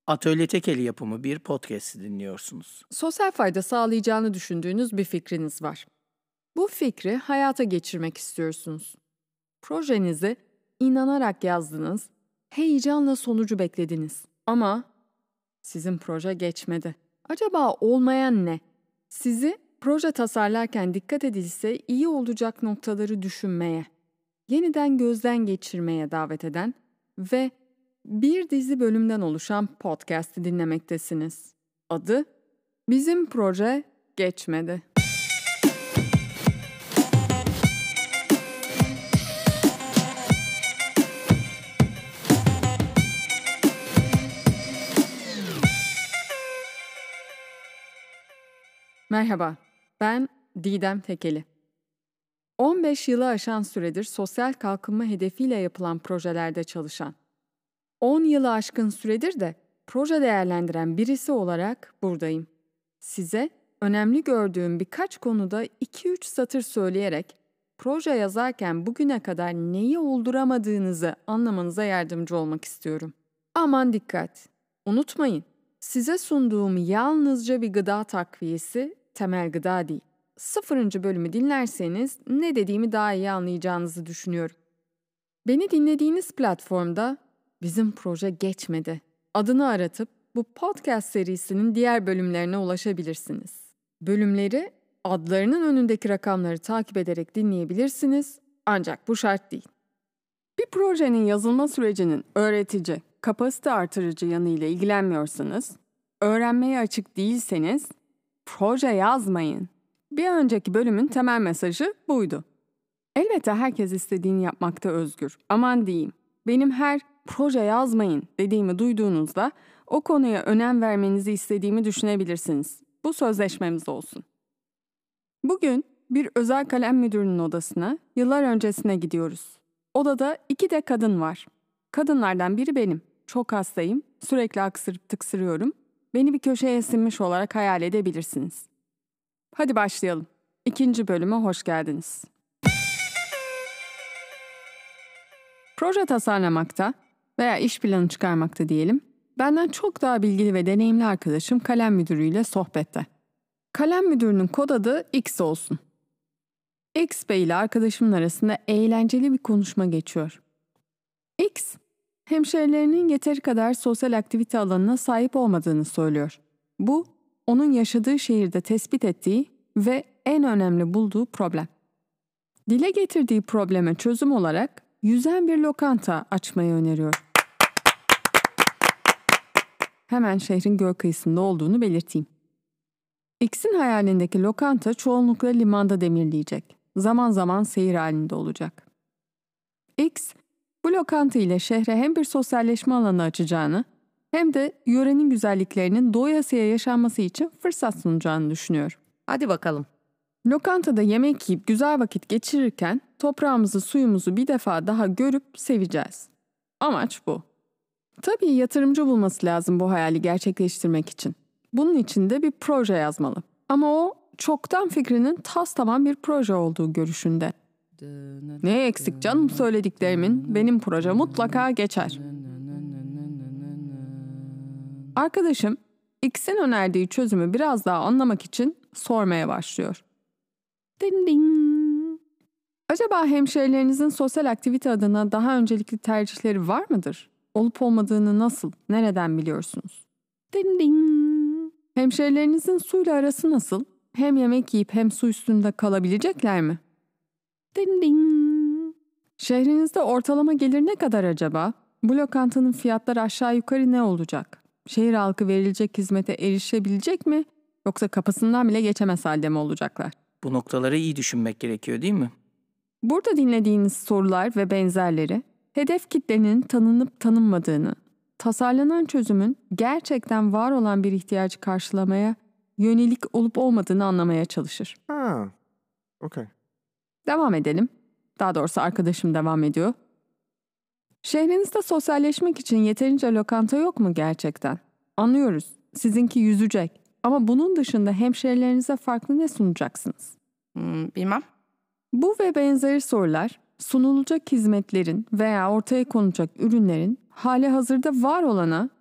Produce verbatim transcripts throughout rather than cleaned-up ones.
Atölye Tekeli yapımı bir podcast'i dinliyorsunuz. Sosyal fayda sağlayacağını düşündüğünüz bir fikriniz var. Bu fikri hayata geçirmek istiyorsunuz. Projenizi inanarak yazdınız, heyecanla sonucu beklediniz. Ama sizin proje geçmedi. Acaba olmayan ne? Sizi proje tasarlarken dikkat edilse iyi olacak noktaları düşünmeye, yeniden gözden geçirmeye davet eden ve bir dizi bölümden oluşan podcast'i dinlemektesiniz. Adı Bizim Proje Geçmedi. Merhaba, ben Didem Tekeli. on beş yılı aşan süredir sosyal kalkınma hedefiyle yapılan projelerde çalışan, on yılı aşkın süredir de proje değerlendiren birisi olarak buradayım. Size önemli gördüğüm birkaç konuda iki üç satır söyleyerek proje yazarken bugüne kadar neyi olduramadığınızı anlamanıza yardımcı olmak istiyorum. Aman dikkat! Unutmayın, size sunduğum yalnızca bir gıda takviyesi, temel gıda değil. Sıfırıncı bölümü dinlerseniz ne dediğimi daha iyi anlayacağınızı düşünüyorum. Beni dinlediğiniz platformda Bizim Proje Geçmedi adını aratıp bu podcast serisinin diğer bölümlerine ulaşabilirsiniz. Bölümleri adlarının önündeki rakamları takip ederek dinleyebilirsiniz ancak bu şart değil. Bir projenin yazılma sürecinin öğretici, kapasite artırıcı yanıyla ilgilenmiyorsanız, öğrenmeye açık değilseniz proje yazmayın. Bir önceki bölümün temel mesajı buydu. Elbette herkes istediğini yapmakta özgür. Aman diyeyim, benim her proje yazmayın dediğimi duyduğunuzda o konuya önem vermenizi istediğimi düşünebilirsiniz. Bu sözleşmemiz olsun. Bugün bir özel kalem müdürünün odasına yıllar öncesine gidiyoruz. Odada iki de kadın var. Kadınlardan biri benim. Çok hastayım, sürekli aksırıp tıksırıyorum. Beni bir köşeye sinmiş olarak hayal edebilirsiniz. Hadi başlayalım. İkinci bölüme hoş geldiniz. Proje tasarlamakta veya iş planı çıkarmakta diyelim, benden çok daha bilgili ve deneyimli arkadaşım kalem müdürüyle sohbette. Kalem müdürünün kod adı X olsun. X Bey ile arkadaşımın arasında eğlenceli bir konuşma geçiyor. X, hemşerilerinin yeteri kadar sosyal aktivite alanına sahip olmadığını söylüyor. Bu, onun yaşadığı şehirde tespit ettiği ve en önemli bulduğu problem. Dile getirdiği probleme çözüm olarak yüzen bir lokanta açmayı öneriyor. Hemen şehrin göl kıyısında olduğunu belirteyim. X'in hayalindeki lokanta çoğunlukla limanda demirleyecek. Zaman zaman seyir halinde olacak. X, bu lokanta ile şehre hem bir sosyalleşme alanı açacağını hem de yörenin güzelliklerinin doyasıya yaşanması için fırsat sunacağını düşünüyor. Hadi bakalım. Lokantada yemek yiyip güzel vakit geçirirken toprağımızı, suyumuzu bir defa daha görüp seveceğiz. Amaç bu. Tabii yatırımcı bulması lazım bu hayali gerçekleştirmek için. Bunun için de bir proje yazmalı. Ama o çoktan fikrinin tastamam bir proje olduğu görüşünde. Ne eksik canım söylediklerimin, benim proje mutlaka geçer. Arkadaşım X'in önerdiği çözümü biraz daha anlamak için sormaya başlıyor. Ding ding. Acaba hemşerilerinizin sosyal aktivite adına daha öncelikli tercihleri var mıdır? Olup olmadığını nasıl, nereden biliyorsunuz? Ding ding. Hemşerilerinizin suyla arası nasıl? Hem yemek yiyip hem su üstünde kalabilecekler mi? Ding ding. Şehrinizde ortalama gelir ne kadar acaba? Bu lokantanın fiyatları aşağı yukarı ne olacak? Şehir halkı verilecek hizmete erişebilecek mi? Yoksa kapısından bile geçemez halde mi olacaklar? Bu noktaları iyi düşünmek gerekiyor değil mi? Burada dinlediğiniz sorular ve benzerleri, hedef kitlenin tanınıp tanınmadığını, tasarlanan çözümün gerçekten var olan bir ihtiyacı karşılamaya yönelik olup olmadığını anlamaya çalışır. Ha, okay. Devam edelim. Daha doğrusu arkadaşım devam ediyor. Şehrinizde sosyalleşmek için yeterince lokanta yok mu gerçekten? Anlıyoruz. Sizinki yüzecek. Ama bunun dışında hemşerilerinize farklı ne sunacaksınız? Hmm, bilmem. Bu ve benzeri sorular sunulacak hizmetlerin veya ortaya konacak ürünlerin hali hazırda var olana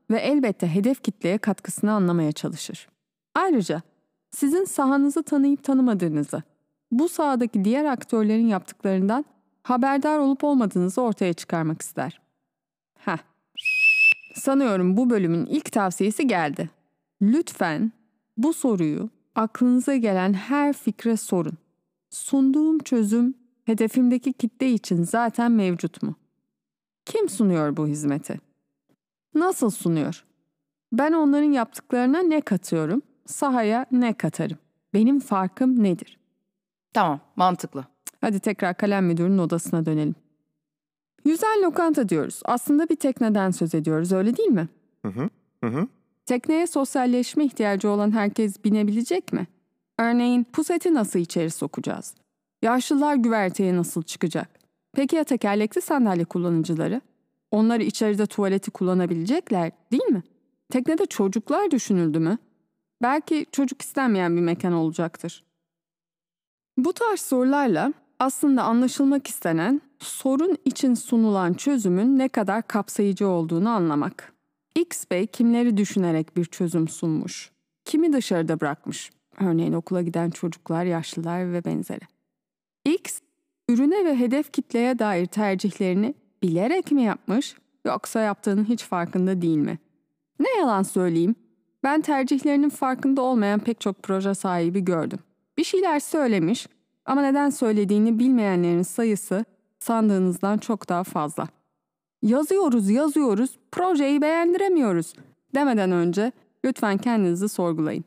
ve elbette hedef kitleye katkısını anlamaya çalışır. Ayrıca sizin sahanızı tanıyıp tanımadığınızı, bu sahadaki diğer aktörlerin yaptıklarından haberdar olup olmadığınızı ortaya çıkarmak ister. Heh. Sanıyorum bu bölümün ilk tavsiyesi geldi. Lütfen bu soruyu aklınıza gelen her fikre sorun. Sunduğum çözüm hedefimdeki kitle için zaten mevcut mu? Kim sunuyor bu hizmeti? Nasıl sunuyor? Ben onların yaptıklarına ne katıyorum? Sahaya ne katarım? Benim farkım nedir? Tamam, mantıklı. Hadi tekrar kalem müdürünün odasına dönelim. Yüzen lokanta diyoruz. Aslında bir tekneden söz ediyoruz, öyle değil mi? Hı hı. Hı hı. Tekneye sosyalleşme ihtiyacı olan herkes binebilecek mi? Örneğin puseti nasıl içeri sokacağız? Yaşlılar güverteye nasıl çıkacak? Peki ya tekerlekli sandalye kullanıcıları? Onlar içeride tuvaleti kullanabilecekler, değil mi? Teknede çocuklar düşünüldü mü? Belki çocuk istenmeyen bir mekan olacaktır. Bu tarz sorularla aslında anlaşılmak istenen, sorun için sunulan çözümün ne kadar kapsayıcı olduğunu anlamak. X Bey kimleri düşünerek bir çözüm sunmuş? Kimi dışarıda bırakmış? Örneğin okula giden çocuklar, yaşlılar ve benzeri. X, ürüne ve hedef kitleye dair tercihlerini bilerek mi yapmış, yoksa yaptığının hiç farkında değil mi? Ne yalan söyleyeyim, ben tercihlerinin farkında olmayan pek çok proje sahibi gördüm. Bir şeyler söylemiş ama neden söylediğini bilmeyenlerin sayısı sandığınızdan çok daha fazla. Yazıyoruz, yazıyoruz, projeyi beğendiremiyoruz demeden önce lütfen kendinizi sorgulayın.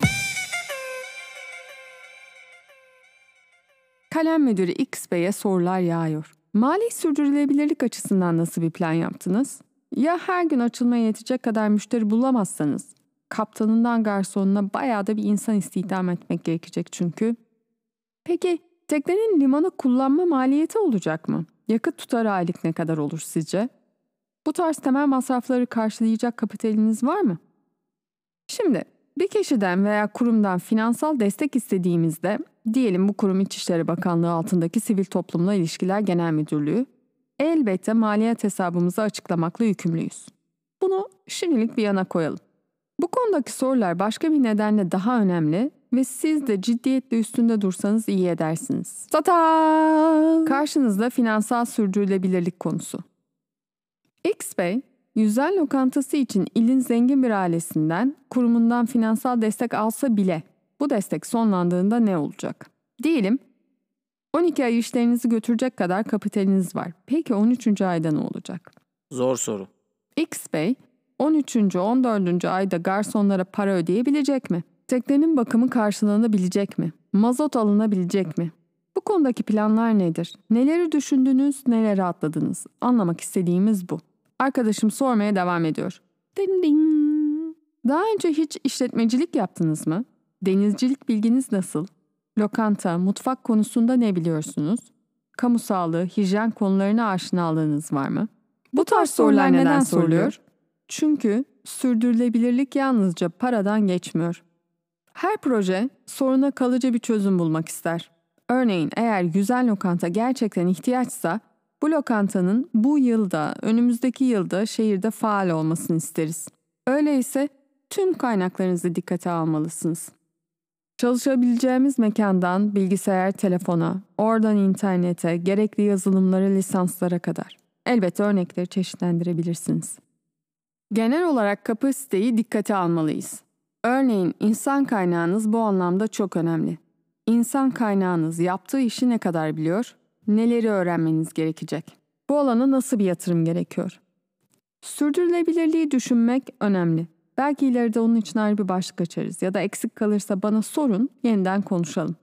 Kalem müdürü X Bey'e sorular yağıyor. Mali sürdürülebilirlik açısından nasıl bir plan yaptınız? Ya her gün açılmaya yetecek kadar müşteri bulamazsanız? Kaptanından garsonuna bayağı da bir insan istihdam etmek gerekecek çünkü. Peki teknenin limanı kullanma maliyeti olacak mı? Yakıt tutarı aylık ne kadar olur sizce? Bu tarz temel masrafları karşılayacak kapitaliniz var mı? Şimdi bir kişiden veya kurumdan finansal destek istediğimizde, diyelim bu kurum İçişleri Bakanlığı altındaki Sivil Toplumla İlişkiler Genel Müdürlüğü, elbette maliyet hesabımızı açıklamakla yükümlüyüz. Bunu şimdilik bir yana koyalım. Bu konudaki sorular başka bir nedenle daha önemli ve siz de ciddiyetle üstünde dursanız iyi edersiniz. Tata! Karşınızda finansal sürdürülebilirlik konusu. X Bey, Yüzen lokantası için ilin zengin bir ailesinden, kurumundan finansal destek alsa bile bu destek sonlandığında ne olacak? Diyelim on iki ay işlerinizi götürecek kadar kapitaliniz var. Peki on üçüncü ayda ne olacak? Zor soru. X Bey, on üçüncü on dördüncü ayda garsonlara para ödeyebilecek mi? Teknenin bakımı karşılanabilecek mi? Mazot alınabilecek mi? Bu konudaki planlar nedir? Neleri düşündünüz, neleri atladınız? Anlamak istediğimiz bu. Arkadaşım sormaya devam ediyor. Ding ding. Daha önce hiç işletmecilik yaptınız mı? Denizcilik bilginiz nasıl? Lokanta, mutfak konusunda ne biliyorsunuz? Kamu sağlığı, hijyen konularına aşinalığınız var mı? Bu, Bu tarz sorular neden, neden soruluyor? Çünkü sürdürülebilirlik yalnızca paradan geçmiyor. Her proje soruna kalıcı bir çözüm bulmak ister. Örneğin eğer Yüzen lokanta gerçekten ihtiyaçsa, bu lokantanın bu yılda, önümüzdeki yılda şehirde faal olmasını isteriz. Öyleyse tüm kaynaklarınızı dikkate almalısınız. Çalışabileceğimiz mekandan bilgisayar, telefona, oradan internete, gerekli yazılımlara, lisanslara kadar. Elbette örnekleri çeşitlendirebilirsiniz. Genel olarak kapasiteyi dikkate almalıyız. Örneğin insan kaynağınız bu anlamda çok önemli. İnsan kaynağınız yaptığı işi ne kadar biliyor? Neleri öğrenmeniz gerekecek? Bu alana nasıl bir yatırım gerekiyor? Sürdürülebilirliği düşünmek önemli. Belki ileride onun için ayrı bir başlık açarız ya da eksik kalırsa bana sorun, yeniden konuşalım.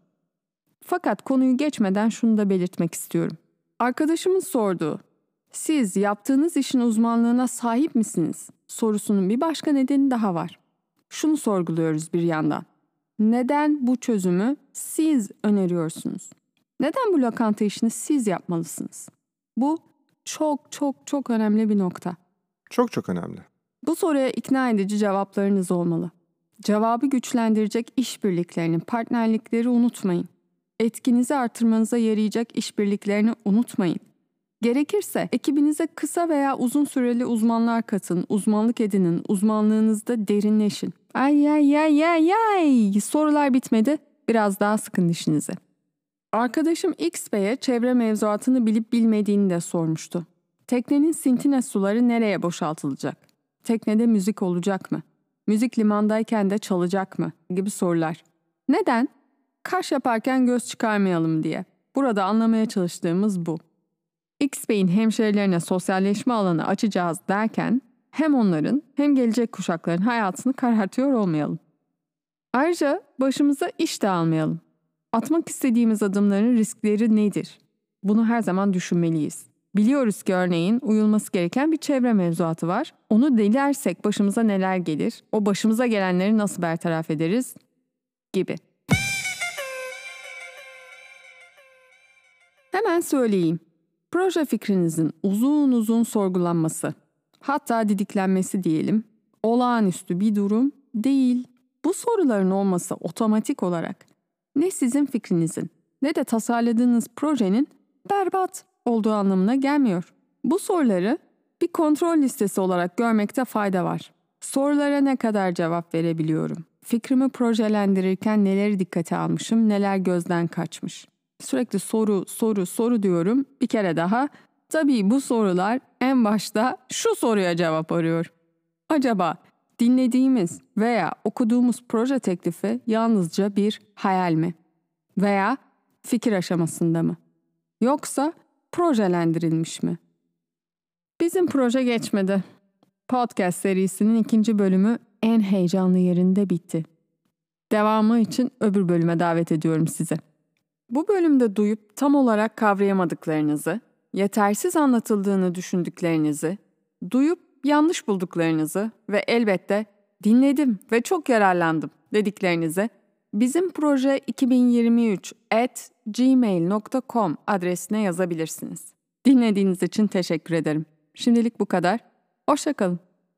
Fakat konuyu geçmeden şunu da belirtmek istiyorum. Arkadaşımın sorduğu, siz yaptığınız işin uzmanlığına sahip misiniz? Sorusunun bir başka nedeni daha var. Şunu sorguluyoruz bir yandan. Neden bu çözümü siz öneriyorsunuz? Neden bu lokanta işini siz yapmalısınız? Bu çok çok çok önemli bir nokta. Çok çok önemli. Bu soruya ikna edici cevaplarınız olmalı. Cevabı güçlendirecek işbirliklerini, partnerlikleri unutmayın. Etkinizi artırmanıza yarayacak işbirliklerini unutmayın. Gerekirse ekibinize kısa veya uzun süreli uzmanlar katın, uzmanlık edinin, uzmanlığınızda derinleşin. Ay ay ay ay ay, sorular bitmedi, biraz daha sıkın dişinizi. Arkadaşım X Bey'e çevre mevzuatını bilip bilmediğini de sormuştu. Teknenin Sintine suları nereye boşaltılacak? Teknede müzik olacak mı? Müzik limandayken de çalacak mı? Gibi sorular. Neden? Kaş yaparken göz çıkarmayalım diye. Burada anlamaya çalıştığımız bu. X Bey'in hemşerilerine sosyalleşme alanı açacağız derken hem onların hem gelecek kuşakların hayatını karartıyor olmayalım. Ayrıca başımıza iş de almayalım. Atmak istediğimiz adımların riskleri nedir? Bunu her zaman düşünmeliyiz. Biliyoruz ki örneğin uyulması gereken bir çevre mevzuatı var. Onu delersek başımıza neler gelir? O başımıza gelenleri nasıl bertaraf ederiz? Gibi. Hemen söyleyeyim. Proje fikrinizin uzun uzun sorgulanması, hatta didiklenmesi diyelim, olağanüstü bir durum değil. Bu soruların olması otomatik olarak ne sizin fikrinizin ne de tasarladığınız projenin berbat olduğu anlamına gelmiyor. Bu soruları bir kontrol listesi olarak görmekte fayda var. Sorulara ne kadar cevap verebiliyorum? Fikrimi projelendirirken neleri dikkate almışım, neler gözden kaçmış? Sürekli soru, soru, soru diyorum. Bir kere daha. Tabii bu sorular en başta şu soruya cevap arıyor. Acaba dinlediğimiz veya okuduğumuz proje teklifi yalnızca bir hayal mi? Veya fikir aşamasında mı? Yoksa projelendirilmiş mi? Bizim proje geçmedi. Podcast serisinin ikinci bölümü en heyecanlı yerinde bitti. Devamı için öbür bölüme davet ediyorum sizi. Bu bölümde duyup tam olarak kavrayamadıklarınızı, yetersiz anlatıldığını düşündüklerinizi, duyup yanlış bulduklarınızı ve elbette dinledim ve çok yararlandım dediklerinizi bizim proje iki bin yirmi üç at gmail nokta com adresine yazabilirsiniz. Dinlediğiniz için teşekkür ederim. Şimdilik bu kadar. Hoşça kalın.